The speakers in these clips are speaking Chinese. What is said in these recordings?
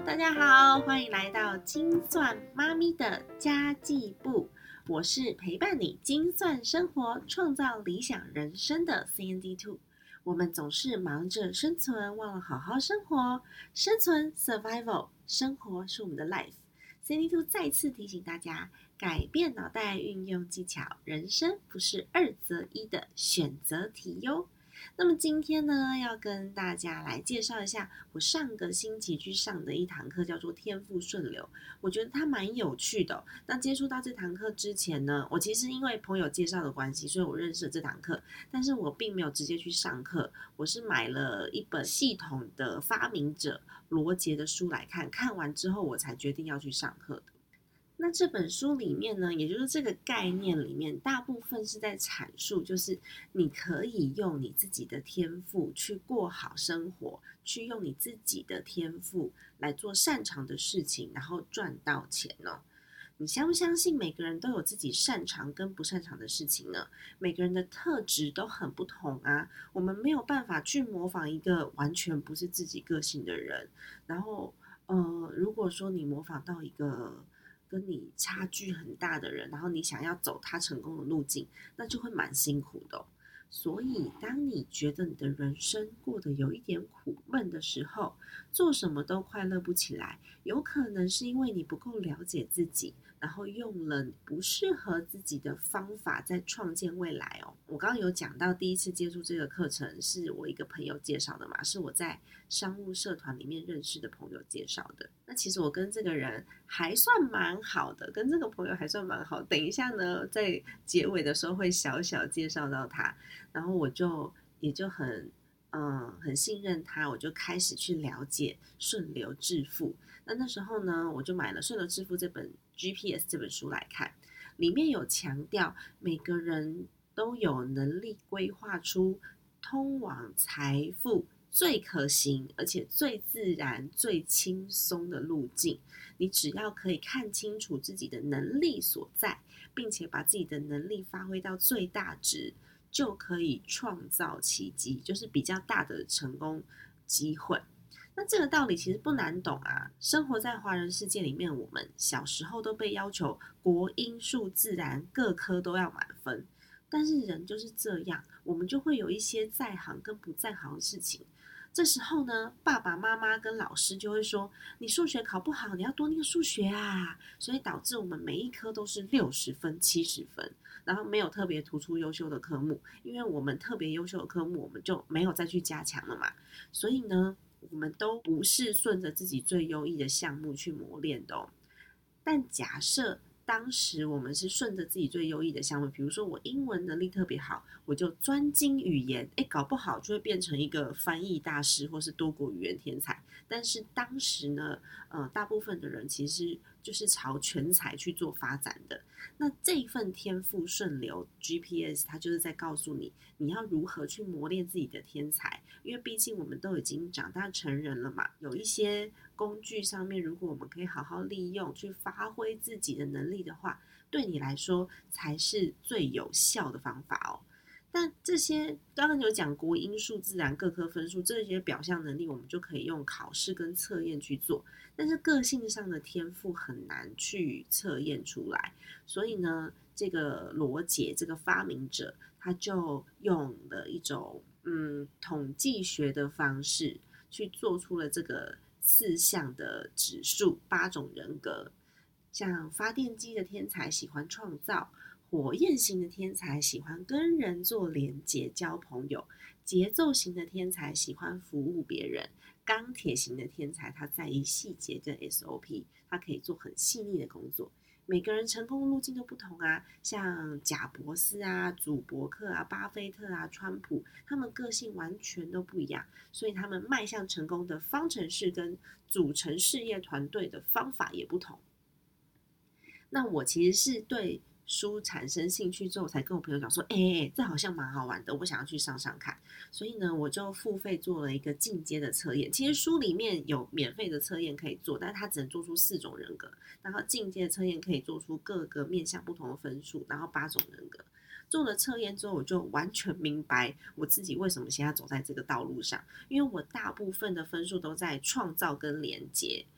大家好，欢迎来到精算妈咪的家计部，我是陪伴你精算生活、创造理想人生的 CND2。我们总是忙着生存，忘了好好生活。生存 （survival）， 生活是我们的 life。CND2 再次提醒大家，改变脑袋，运用技巧，人生不是2择1的选择题哟。那么今天呢，要跟大家来介绍一下我上个星期去上的一堂课，叫做天赋顺流。我觉得它蛮有趣的那接触到这堂课之前呢，我其实因为朋友介绍的关系，所以我认识了这堂课，但是我并没有直接去上课，我是买了一本系统的发明者罗杰的书来看，看完之后我才决定要去上课的。那这本书里面呢，也就是这个概念里面，大部分是在阐述，就是你可以用你自己的天赋去过好生活，去用你自己的天赋来做擅长的事情，然后赚到钱哦。你相不相信每个人都有自己擅长跟不擅长的事情呢？每个人的特质都很不同啊，我们没有办法去模仿一个完全不是自己个性的人。然后，如果说你模仿到一个跟你差距很大的人，然后你想要走他成功的路径，那就会蛮辛苦的哦。所以当你觉得你的人生过得有一点苦闷的时候，做什么都快乐不起来，有可能是因为你不够了解自己，然后用了不适合自己的方法在创建未来哦。我刚刚有讲到第一次接触这个课程是我一个朋友介绍的嘛，是我在商务社团里面认识的朋友介绍的。那其实我跟这个人还算蛮好的，跟这个朋友还算蛮好。等一下呢，在结尾的时候会小小介绍到他，然后也就很信任他，我就开始去了解顺流致富。那时候呢，我就买了《顺流致富》这本 GPS 这本书来看，里面有强调每个人都有能力规划出通往财富最可行而且最自然最轻松的路径。你只要可以看清楚自己的能力所在，并且把自己的能力发挥到最大值，就可以创造奇迹，就是比较大的成功机会。那这个道理其实不难懂啊，生活在华人世界里面，我们小时候都被要求国英数自然各科都要满分，但是人就是这样，我们就会有一些在行跟不在行的事情。这时候呢，爸爸妈妈跟老师就会说，你数学考不好，你要多念数学啊，所以导致我们每一科都是60分、70分，然后没有特别突出优秀的科目，因为我们特别优秀的科目我们就没有再去加强了嘛，所以呢，我们都不是顺着自己最优异的项目去磨练的哦。但假设当时我们是顺着自己最优异的项目，比如说我英文能力特别好，我就专精语言，搞不好就会变成一个翻译大师或是多国语言天才。但是当时呢，大部分的人其实就是朝全才去做发展的。那这一份天赋顺流 GPS， 它就是在告诉你，你要如何去磨练自己的天才。因为毕竟我们都已经长大成人了嘛，有一些工具上面，如果我们可以好好利用，去发挥自己的能力的话，对你来说才是最有效的方法哦。但这些刚刚有讲国英数自然各科分数，这些表象能力我们就可以用考试跟测验去做，但是个性上的天赋很难去测验出来。所以呢，这个罗杰这个发明者，他就用了一种统计学的方式去做出了这个4项的指数，8种人格。像发电机的天才喜欢创造，火焰型的天才喜欢跟人做连结交朋友，节奏型的天才喜欢服务别人，钢铁型的天才他在意细节跟 SOP， 他可以做很细腻的工作。每个人成功的路径都不同啊，像贾伯斯啊、祖伯克啊、巴菲特啊、川普，他们个性完全都不一样，所以他们迈向成功的方程式跟组成事业团队的方法也不同。那我其实是对书产生兴趣之后，才跟我朋友讲说，这好像蛮好玩的，我想要去上上看。所以呢，我就付费做了一个进阶的测验。其实书里面有免费的测验可以做，但是它只能做出4种人格，然后进阶的测验可以做出各个面向不同的分数，然后8种人格。做了测验之后，我就完全明白我自己为什么现在走在这个道路上，因为我大部分的分数都在创造跟连接。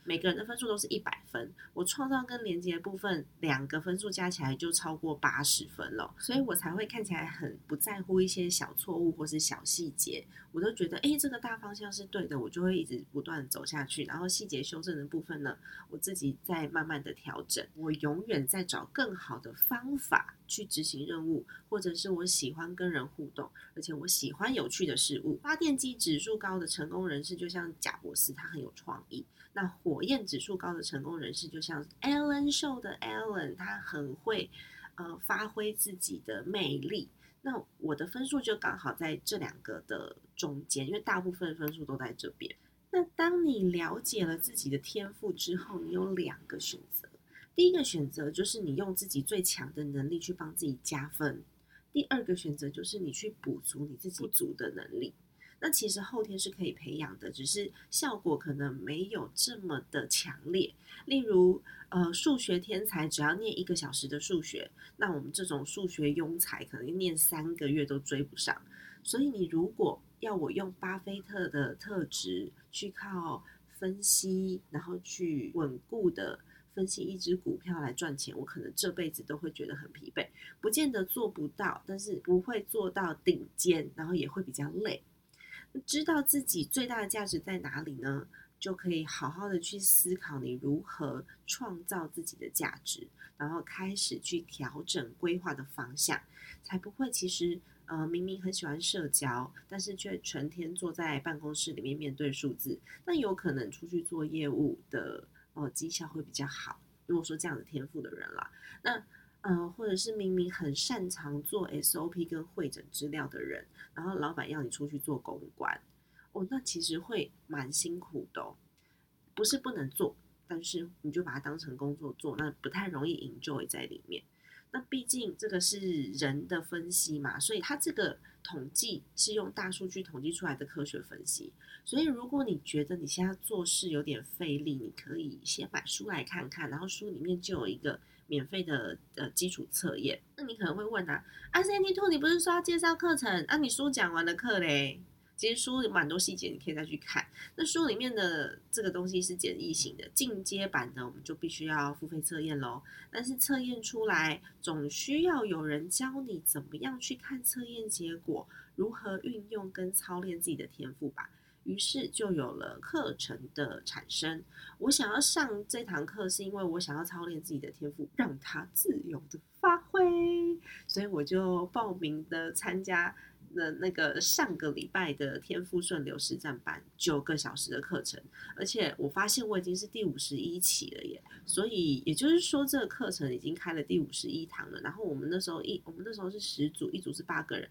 每个人的分数都是100分，我创造跟连接的部分2个分数加起来就超过80分了，所以我才会看起来很不在乎一些小错误或是小细节，我都觉得这个大方向是对的，我就会一直不断走下去，然后细节修正的部分呢，我自己再慢慢的调整，我永远在找更好的方法去执行任务，或者是我喜欢跟人互动，而且我喜欢有趣的事物。发电机指数高的成功人士就像贾伯斯，他很有创意，那火焰指数高的成功人士就像 Ellen Show 的 Ellen， 他很会发挥自己的魅力。那我的分数就刚好在这2个的中间，因为大部分分数都在这边。那当你了解了自己的天赋之后，你有2个选择。第一个选择就是你用自己最强的能力去帮自己加分，第2个选择就是你去补足你自己不足的能力。那其实后天是可以培养的，只是效果可能没有这么的强烈。例如数学天才只要念1个小时的数学，那我们这种数学庸才可能念3个月都追不上。所以你如果要我用巴菲特的特质去靠分析，然后去稳固的分析一只股票来赚钱，我可能这辈子都会觉得很疲惫，不见得做不到，但是不会做到顶尖，然后也会比较累。知道自己最大的价值在哪里呢，就可以好好的去思考你如何创造自己的价值，然后开始去调整规划的方向，才不会其实明明很喜欢社交，但是却全天坐在办公室里面面对数字，那有可能出去做业务的绩效会比较好。如果说这样的天赋的人啦，那或者是明明很擅长做 SOP 跟汇整资料的人，然后老板要你出去做公关，那其实会蛮辛苦的哦。不是不能做，但是你就把它当成工作做，那不太容易 enjoy 在里面。那毕竟这个是人的分析嘛，所以它这个统计是用大数据统计出来的科学分析。所以如果你觉得你现在做事有点费力，你可以先买书来看看，然后书里面就有一个免费的基础测验。那你可能会问CNT2 你不是说要介绍课程你书讲完了课嘞？其实书有蛮多细节你可以再去看，那书里面的这个东西是简易型的，进阶版的我们就必须要付费测验咯。但是测验出来总需要有人教你怎么样去看测验结果，如何运用跟操练自己的天赋吧。于是就有了课程的产生。我想要上这堂课是因为我想要操练自己的天赋，让它自由的发挥，所以我就报名的参加的那个上个礼拜的天赋顺流实战班9个小时的课程，而且我发现我已经是第51期了耶，所以也就是说这个课程已经开了第51堂了。然后我们那时候是10组，一组是8个人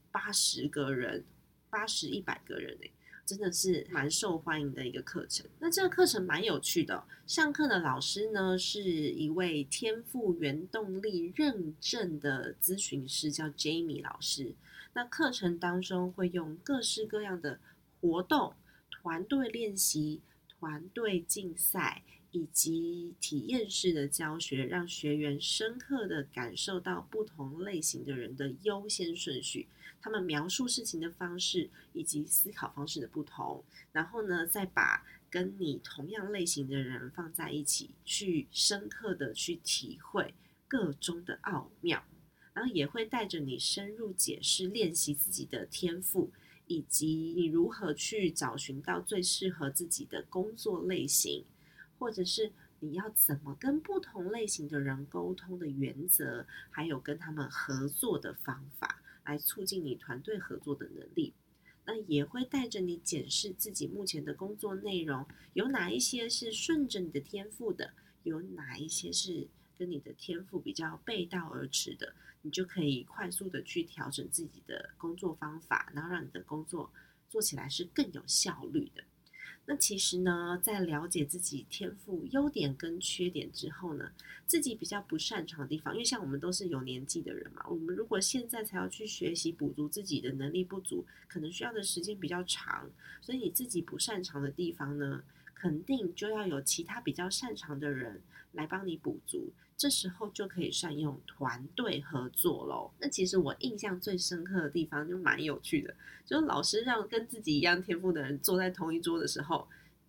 ，80个人，80、100个人真的是蛮受欢迎的一个课程。那这个课程蛮有趣的上课的老师呢是一位天赋原动力认证的咨询师，叫 Jamie 老师。那课程当中会用各式各样的活动、团队练习、团队竞赛以及体验式的教学，让学员深刻的感受到不同类型的人的优先顺序，他们描述事情的方式以及思考方式的不同，然后呢再把跟你同样类型的人放在一起，去深刻的去体会个中的奥妙，然后也会带着你深入解释练习自己的天赋，以及你如何去找寻到最适合自己的工作类型，或者是你要怎么跟不同类型的人沟通的原则，还有跟他们合作的方法，来促进你团队合作的能力。那也会带着你检视自己目前的工作内容，有哪一些是顺着你的天赋的，有哪一些是跟你的天赋比较背道而驰的，你就可以快速的去调整自己的工作方法，然后让你的工作做起来是更有效率的。那其实呢，在了解自己天赋优点跟缺点之后呢，自己比较不擅长的地方，因为像我们都是有年纪的人嘛，我们如果现在才要去学习补足自己的能力不足，可能需要的时间比较长，所以你自己不擅长的地方呢，肯定就要有其他比较擅长的人来帮你补足，这时候就可以善用团队合作咯。那其实我印象最深刻的地方就蛮有趣的，就是老师让跟自己一样天赋的人坐在同一桌的时候，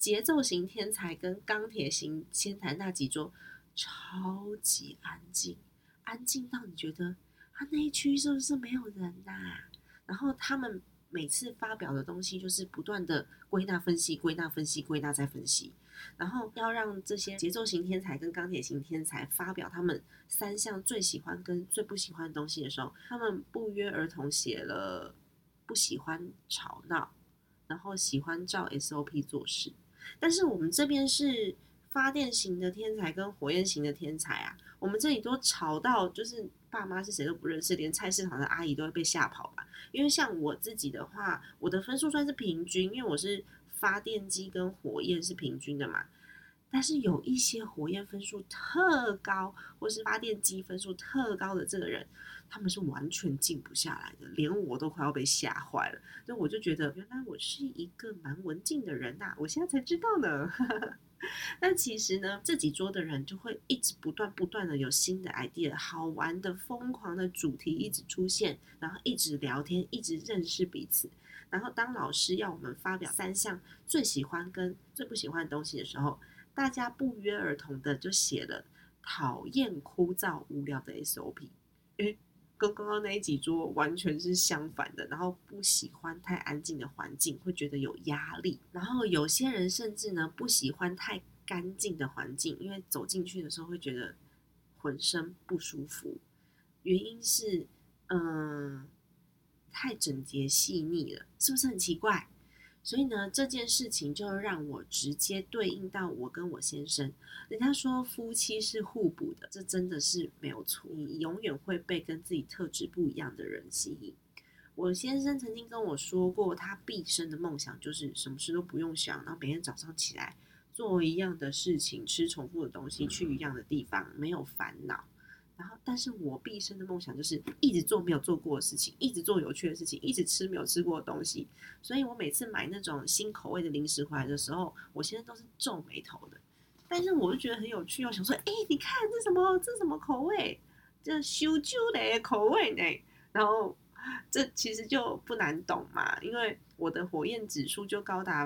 节奏型天才跟钢铁型天才那几桌超级安静，安静到你觉得那一区是不是没有人啊？然后他们每次发表的东西就是不断的归纳分析，归纳分析，归纳再分析，然后要让这些节奏型天才跟钢铁型天才发表他们3项最喜欢跟最不喜欢的东西的时候，他们不约而同写了不喜欢吵闹，然后喜欢照 SOP 做事。但是我们这边是发电型的天才跟火焰型的天才啊，我们这里都吵到就是爸妈是谁都不认识，连菜市场的阿姨都会被吓跑吧。因为像我自己的话，我的分数算是平均，因为我是发电机跟火焰是平均的嘛。但是有一些火焰分数特高，或是发电机分数特高的这个人，他们是完全静不下来的，连我都快要被吓坏了。所以我就觉得，原来我是一个蛮文静的人啊，我现在才知道呢。但其实呢，这几桌的人就会一直不断的有新的 idea， 好玩的、疯狂的主题一直出现，然后一直聊天，一直认识彼此。然后当老师要我们发表3项最喜欢跟最不喜欢的东西的时候，大家不约而同的就写了讨厌、枯燥、无聊的 SOP。跟刚刚那一几桌完全是相反的，然后不喜欢太安静的环境，会觉得有压力。然后有些人甚至呢不喜欢太干净的环境，因为走进去的时候会觉得浑身不舒服。原因是，太整洁细腻了，是不是很奇怪？所以呢，这件事情就让我直接对应到我跟我先生。人家说夫妻是互补的，这真的是没有错。你永远会被跟自己特质不一样的人吸引。我先生曾经跟我说过，他毕生的梦想就是什么事都不用想，然后每天早上起来做一样的事情，吃重复的东西，去一样的地方，没有烦恼。然后，但是我毕生的梦想就是一直做没有做过的事情，一直做有趣的事情，一直吃没有吃过的东西。所以我每次买那种新口味的零食回来的时候，我现在都是皱眉头的。但是我就觉得很有趣，我想说，你看这什么口味？这烧酒的口味呢？然后这其实就不难懂嘛，因为我的火焰指数就高达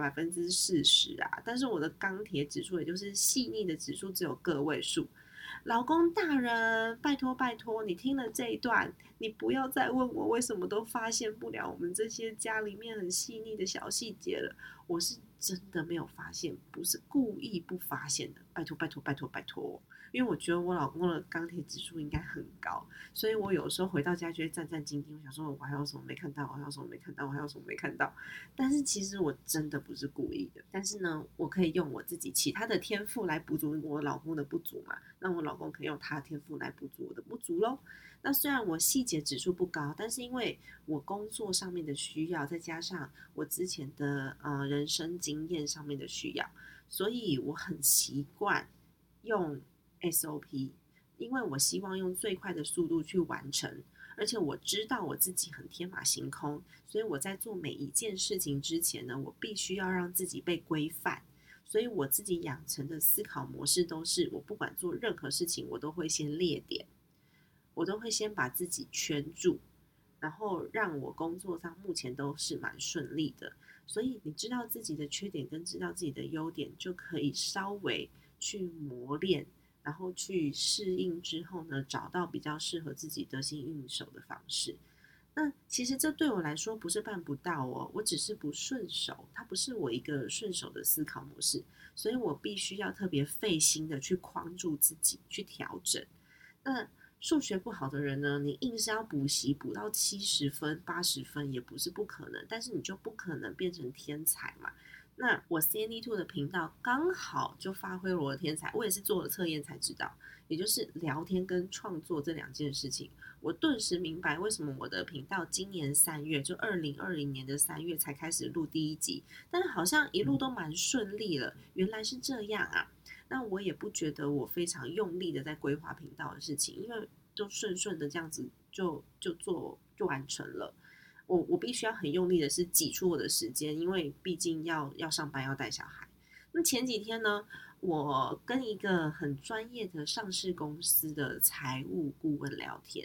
40%啊，但是我的钢铁指数也就是细腻的指数只有个位数。老公大人，拜托拜托，你听了这一段，你不要再问我为什么都发现不了我们这些家里面很细腻的小细节了。我是真的没有发现，不是故意不发现的。拜托拜托拜托拜托，因为我觉得我老公的钢铁指数应该很高，所以我有时候回到家就会战战兢兢，我想说我还有什么没看到，我还有什么没看到，我还有什么没看到。但是其实我真的不是故意的，但是呢，我可以用我自己其他的天赋来补足我老公的不足嘛，那我老公可以用他的天赋来补足我的不足咯。那虽然我细节指数不高，但是因为我工作上面的需要，再加上我之前的人生经验上面的需要，所以我很习惯用 SOP， 因为我希望用最快的速度去完成，而且我知道我自己很天马行空，所以我在做每一件事情之前呢，我必须要让自己被规范。所以我自己养成的思考模式都是，我不管做任何事情，我都会先列点，我都会先把自己圈住，然后让我工作上目前都是蛮顺利的。所以你知道自己的缺点跟知道自己的优点，就可以稍微去磨练，然后去适应之后呢，找到比较适合自己得心应手的方式。那其实这对我来说不是办不到哦，我只是不顺手，它不是我一个顺手的思考模式，所以我必须要特别费心的去框住自己，去调整。那数学不好的人呢，你硬是要补习补到70分、80分也不是不可能，但是你就不可能变成天才嘛。那我 CND2 的频道刚好就发挥了我的天才，我也是做了测验才知道，也就是聊天跟创作这2件事情。我顿时明白为什么我的频道今年3月，就2020年的3月才开始录第1集，但是好像一路都蛮顺利了，原来是这样啊。那我也不觉得我非常用力的在规划频道的事情，因为都顺顺的这样子就做就完成了。我必须要很用力的是挤出我的时间，因为毕竟要上班要带小孩。那前几天呢，我跟一个很专业的上市公司的财务顾问聊天，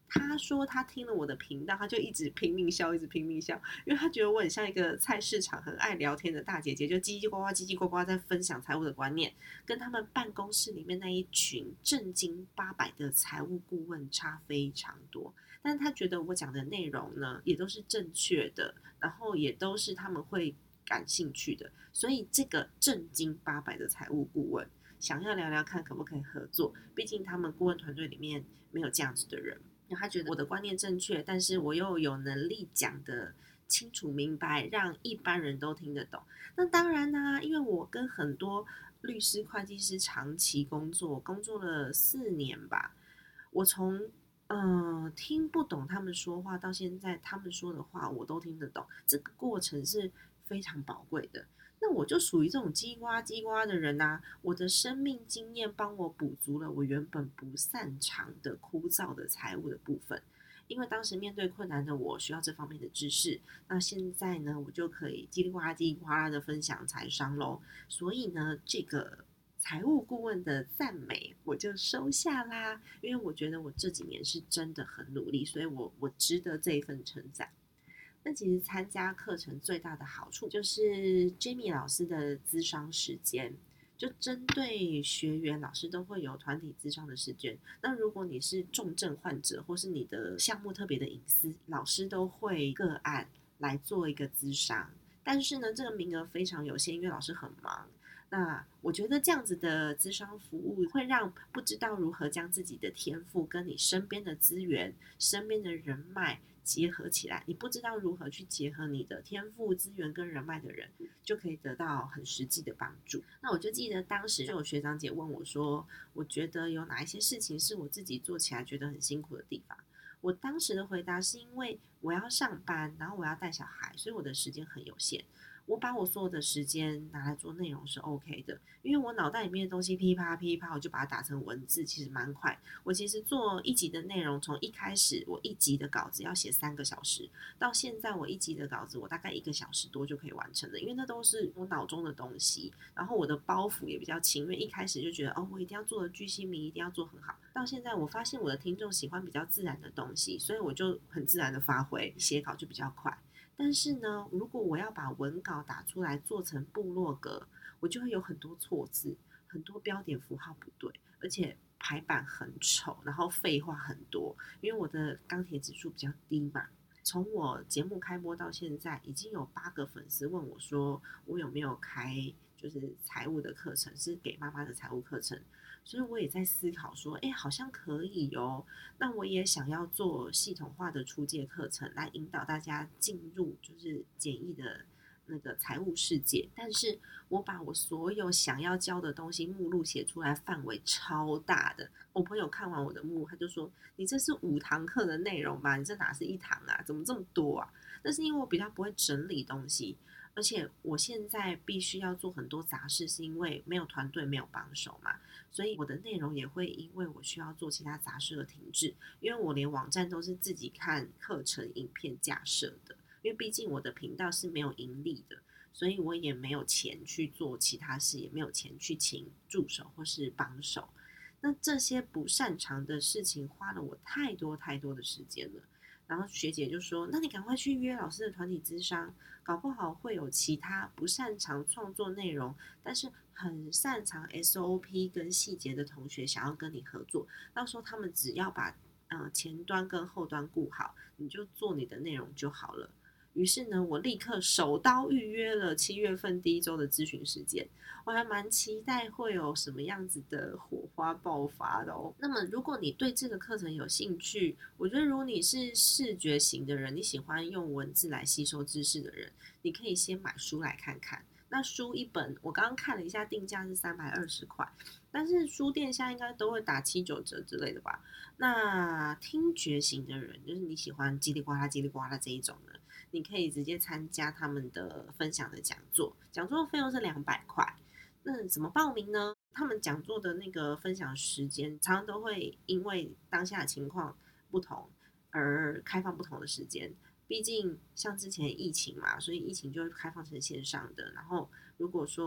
他说他听了我的频道，他就一直拼命笑，一直拼命笑，因为他觉得我很像一个菜市场很爱聊天的大姐姐，就叽叽呱呱、叽叽呱呱在分享财务的观念，跟他们办公室里面那一群正经八百的财务顾问差非常多。但是他觉得我讲的内容呢，也都是正确的，然后也都是他们会感兴趣的，所以这个正经八百的财务顾问想要聊聊看可不可以合作，毕竟他们顾问团队里面没有这样子的人。他觉得我的观念正确，但是我又有能力讲的清楚明白，让一般人都听得懂。那当然啦，因为我跟很多律师、会计师长期工作了4年吧，我从听不懂他们说话到现在他们说的话我都听得懂，这个过程是非常宝贵的。那我就属于这种叽呱叽呱的人啊，我的生命经验帮我补足了我原本不擅长的枯燥的财务的部分。因为当时面对困难的我需要这方面的知识，那现在呢，我就可以叽里呱啦叽里呱啦的分享财商咯。所以呢，这个财务顾问的赞美我就收下啦，因为我觉得我这几年是真的很努力，所以我值得这一份称赞。那其实参加课程最大的好处就是 Jamie 老师的咨商时间，就针对学员老师都会有团体咨商的时间。那如果你是重症患者或是你的项目特别的隐私，老师都会个案来做一个咨商，但是呢这个名额非常有限，因为老师很忙。那我觉得这样子的咨商服务会让不知道如何将自己的天赋跟你身边的资源、身边的人脉结合起来，你不知道如何去结合你的天赋、资源跟人脉的人，就可以得到很实际的帮助。那我就记得当时就有学长姐问我说，我觉得有哪一些事情是我自己做起来觉得很辛苦的地方。我当时的回答是因为我要上班，然后我要带小孩，所以我的时间很有限。我把我所有的时间拿来做内容是 OK 的，因为我脑袋里面的东西噼啪噼啪，我就把它打成文字，其实蛮快。我其实做一集的内容，从一开始我一集的稿子要写3个小时，到现在我一集的稿子我大概1个小时多就可以完成了，因为那都是我脑中的东西，然后我的包袱也比较轻，因为一开始就觉得我一定要做的巨细靡遗，一定要做很好。到现在我发现我的听众喜欢比较自然的东西，所以我就很自然的发挥，写稿就比较快。但是呢，如果我要把文稿打出来做成部落格，我就会有很多错字，很多标点符号不对，而且排版很丑，然后废话很多，因为我的钢铁指数比较低嘛。从我节目开播到现在，已经有8个粉丝问我说，我有没有开就是财务的课程，是给妈妈的财务课程。所以我也在思考说，好像可以哦。那我也想要做系统化的初阶课程，来引导大家进入就是简易的那个财务世界。但是我把我所有想要教的东西目录写出来，范围超大的。我朋友看完我的目录，他就说：“你这是5堂课的内容吧？你这哪是1堂啊？怎么这么多啊？”但是因为我比较不会整理东西，而且我现在必须要做很多杂事，是因为没有团队，没有帮手嘛。所以我的内容也会因为我需要做其他杂事而停滞，因为我连网站都是自己看课程影片架设的，因为毕竟我的频道是没有盈利的，所以我也没有钱去做其他事，也没有钱去请助手或是帮手。那这些不擅长的事情花了我太多太多的时间了。然后学姐就说：“那你赶快去约老师的团体咨商，搞不好会有其他不擅长创作内容，但是很擅长 SOP 跟细节的同学想要跟你合作。到时候他们只要把前端跟后端顾好，你就做你的内容就好了。”于是呢，我立刻手刀预约了7月份第1周的咨询时间。我还蛮期待会有什么样子的火花爆发的哦。那么如果你对这个课程有兴趣，我觉得如果你是视觉型的人，你喜欢用文字来吸收知识的人，你可以先买书来看看。那书一本我刚刚看了一下，定价是320块，但是书店现在应该都会打7、9折之类的吧。那听觉型的人，就是你喜欢叽里呱啦叽里呱啦这一种的，你可以直接参加他们的分享的讲座，讲座费用是200块。那怎么报名呢？他们讲座的那个分享时间常常都会因为当下的情况不同而开放不同的时间。毕竟像之前疫情嘛，所以疫情就会开放成线上的。然后如果说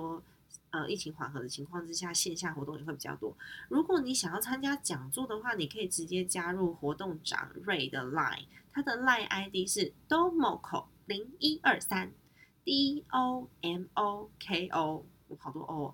疫情缓和的情况之下，线下活动也会比较多。如果你想要参加讲座的话，你可以直接加入活动长 Ray 的 Line， 他的 Line ID 是 DOMOKO0123，DOMOKO， 好多 O，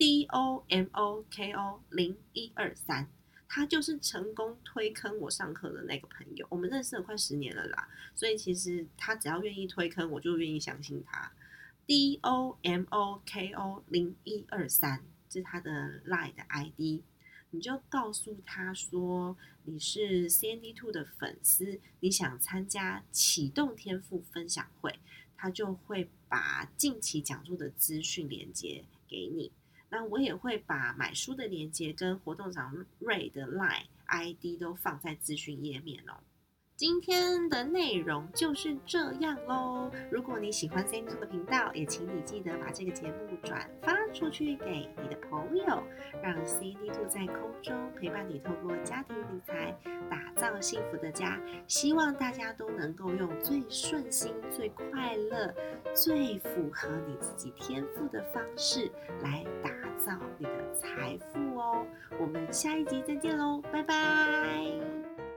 DOMOKO0123。他就是成功推坑我上课的那个朋友，我们认识了快10年了啦，所以其实他只要愿意推坑，我就愿意相信他。DOMOKO0123，这是他的 Line 的 ID， 你就告诉他说你是 CND2 的粉丝，你想参加启动天赋分享会，他就会把近期讲座的资讯连接给你。那我也会把买书的连接跟活动长 Ray 的 Line ID 都放在资讯页面哦。今天的内容就是这样咯，如果你喜欢 CND2 的频道，也请你记得把这个节目转发出去给你的朋友，让 CND2 在空中陪伴你，透过家庭理财打造幸福的家。希望大家都能够用最顺心、最快乐、最符合你自己天赋的方式来打造你的财富哦。我们下一集再见咯，拜拜。